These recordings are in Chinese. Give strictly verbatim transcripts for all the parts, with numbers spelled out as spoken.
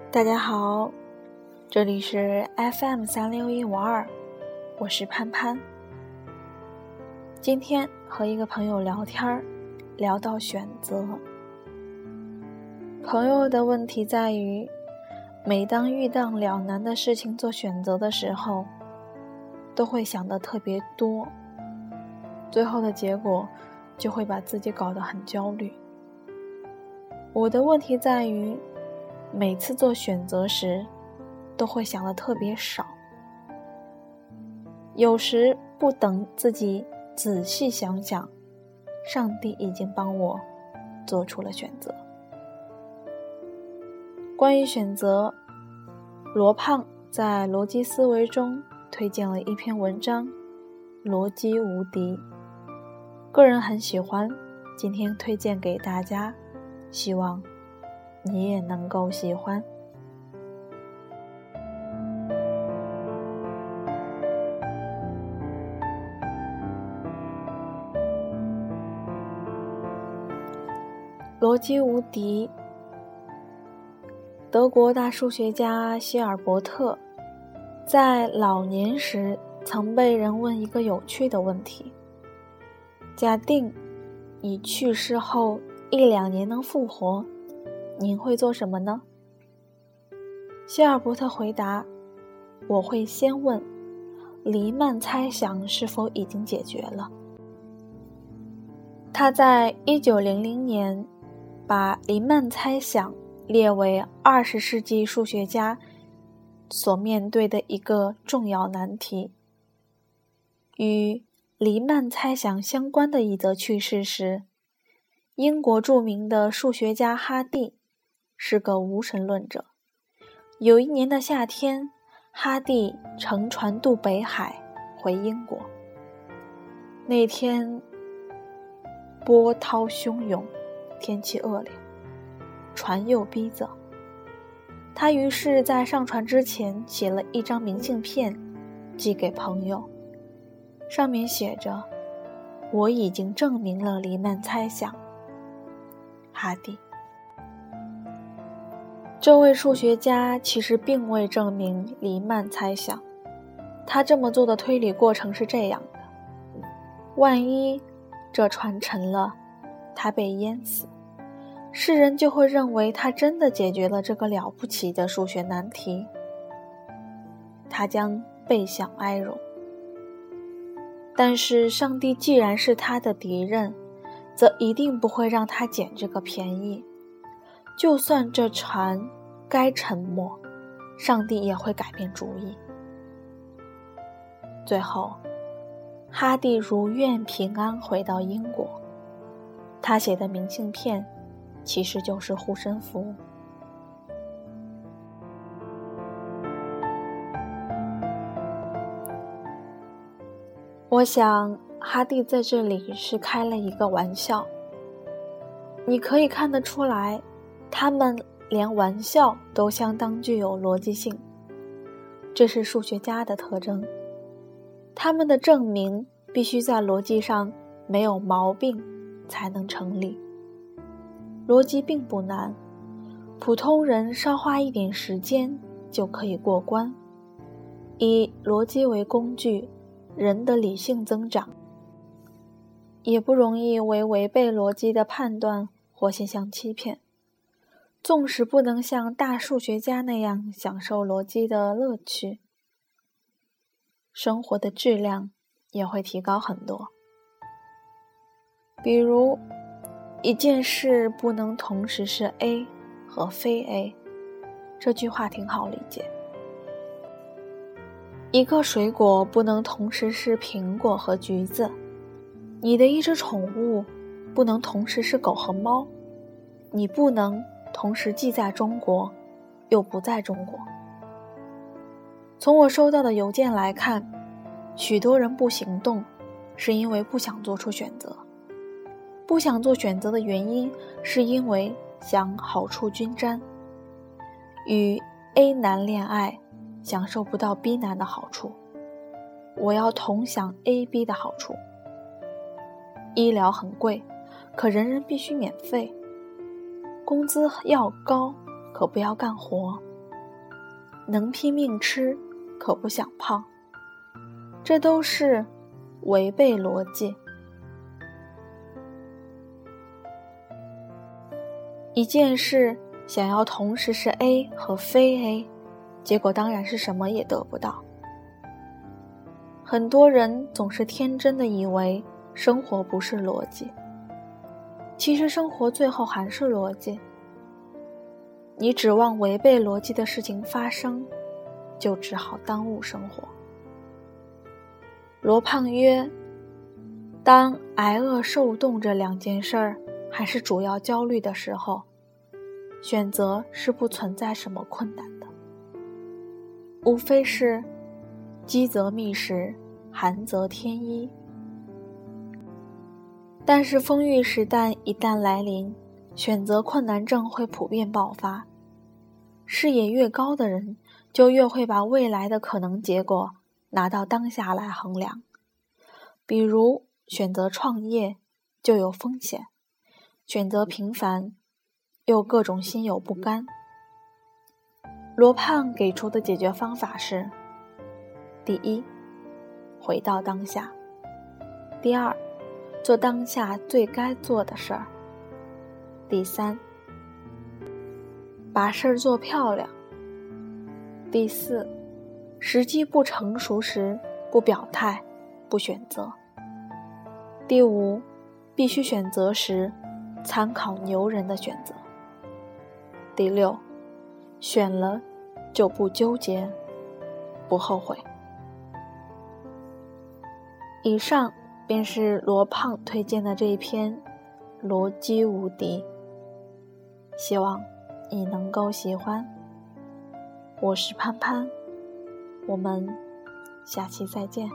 大家好，这里是 F M 三六一五二，我是潘潘。今天和一个朋友聊天，聊到选择。朋友的问题在于，每当遇到两难的事情做选择的时候，都会想得特别多，最后的结果就会把自己搞得很焦虑。我的问题在于，每次做选择时都会想得特别少，有时不等自己仔细想想，上帝已经帮我做出了选择。关于选择，罗胖在逻辑思维中推荐了一篇文章《逻辑无敌》，个人很喜欢，今天推荐给大家，希望你也能够喜欢。逻辑无敌，德国大数学家希尔伯特在老年时曾被人问一个有趣的问题：假定你去世后一两年能复活，您会做什么呢？希尔伯特回答：我会先问黎曼猜想是否已经解决了。他在一九零零年把黎曼猜想列为二十世纪数学家所面对的一个重要难题。与黎曼猜想相关的一则趣事是，英国著名的数学家哈蒂是个无神论者。有一年的夏天，哈蒂乘船渡北海回英国。那天波涛汹涌，天气恶劣，船又逼仄。他于是在上船之前写了一张明信片寄给朋友，上面写着：我已经证明了黎曼猜想，哈蒂。这位数学家其实并未证明黎曼猜想，他这么做的推理过程是这样的：万一这船沉了，他被淹死，世人就会认为他真的解决了这个了不起的数学难题，他将倍享哀荣。但是上帝既然是他的敌人，则一定不会让他捡这个便宜。就算这船该沉没，上帝也会改变主意。最后，哈蒂如愿平安回到英国。他写的明信片其实就是护身符。我想哈蒂在这里是开了一个玩笑，你可以看得出来，他们连玩笑都相当具有逻辑性，这是数学家的特征。他们的证明必须在逻辑上没有毛病才能成立。逻辑并不难，普通人稍花一点时间就可以过关。以逻辑为工具，人的理性增长也不容易为违背逻辑的判断或现象欺骗。纵使不能像大数学家那样享受逻辑的乐趣，生活的质量也会提高很多。比如，一件事不能同时是 A 和非 A， 这句话挺好理解。一个水果不能同时是苹果和橘子，你的一只宠物不能同时是狗和猫，你不能同时既在中国又不在中国。从我收到的邮件来看，许多人不行动是因为不想做出选择，不想做选择的原因是因为想好处均沾。与 A 男恋爱，享受不到 B 男的好处，我要同享 A B 的好处。医疗很贵，可人人必须免费。工资要高，可不要干活， 能拼命吃，可不想胖，这都是违背逻辑。一件事想要同时是 A 和非 A， 结果当然是什么也得不到。很多人总是天真的以为生活不是逻辑，其实生活最后还是逻辑。你指望违背逻辑的事情发生，就只好耽误生活。罗胖曰，当挨饿受冻这两件事儿还是主要焦虑的时候，选择是不存在什么困难的，无非是饥则觅食，寒则添衣。但是丰裕时代一旦来临，选择困难症会普遍爆发。视野越高的人，就越会把未来的可能结果拿到当下来衡量。比如选择创业就有风险，选择平凡又各种心有不甘。罗胖给出的解决方法是：第一，回到当下；第二，做当下最该做的事儿；第三，把事儿做漂亮；第四，时机不成熟时不表态，不选择；第五，必须选择时参考牛人的选择；第六，选了就不纠结，不后悔。以上便是罗胖推荐的这一篇《逻辑无敌》，希望你能够喜欢。我是潘潘，我们下期再见。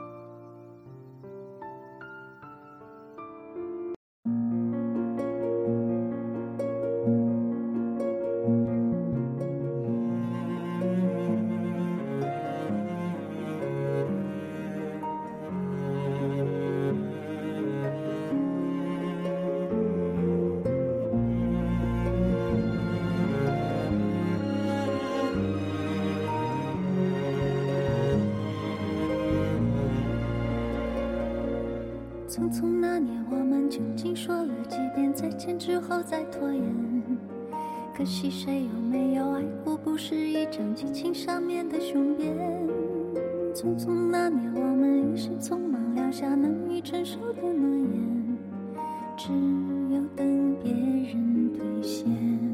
匆匆那年，我们究竟说了几遍再见之后再拖延？可惜谁有没有爱过，不是一张激情上面的雄辩。匆匆那年，我们一时匆忙撂下难以承受的诺言，只有等别人兑现。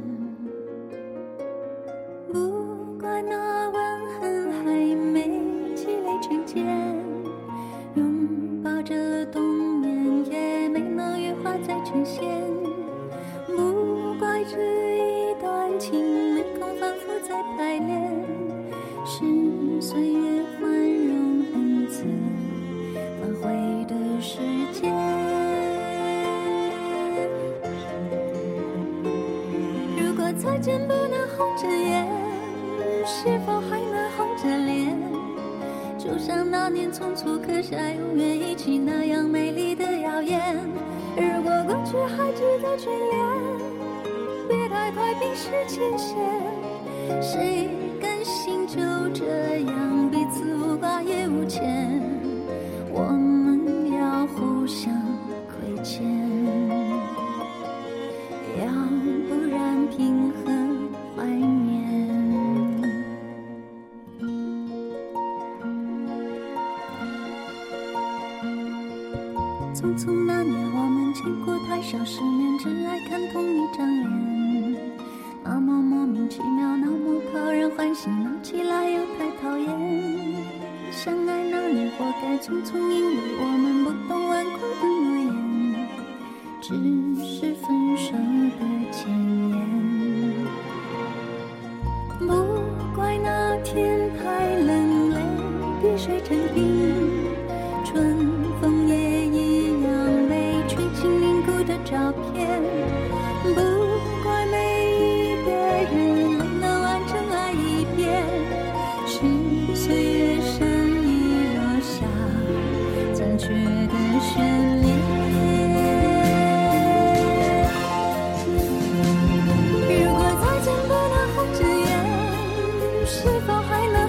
不怪那吻痕还没积累成茧，拥抱着冬眠也没能羽化再成仙。不怪这一段情没空反复再排练，是岁月宽容恩赐反悔的时间。如果再见不能红着眼，是否还能红着脸？就像那年匆促刻下永远一起那样美丽的谣言。如果过去还值得眷恋，别太快冰释前嫌。谁甘心就这样彼此无挂也无牵？我们要互相亏欠，要不然凭何怀念？匆匆那年，我们见过太少世面，只爱看同一张脸。那么莫名其妙，那么讨人欢喜，闹起来又太讨厌。相爱那年，活该匆匆，因为我们不懂顽固的诺言，只是分手的前言。不怪那天太冷，泪滴水成冰，春风也一样被吹进凝固的照片。不怪每一个人没能完整爱一遍，是岁月善意落下残缺的悬念。如果再见不能红着眼，是否还能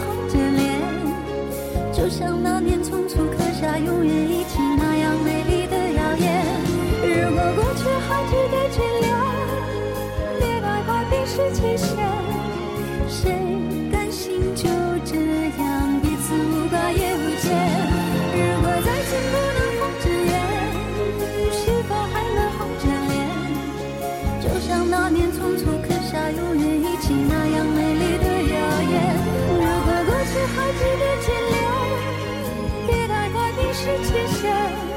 是期限，谁甘心就这样彼此无挂也无牵？如果再见不能红着眼，是否还能红着脸？就像那年匆促刻下永远一起那样美丽的谣言。如果过去还值得眷恋，别太快冰释前嫌。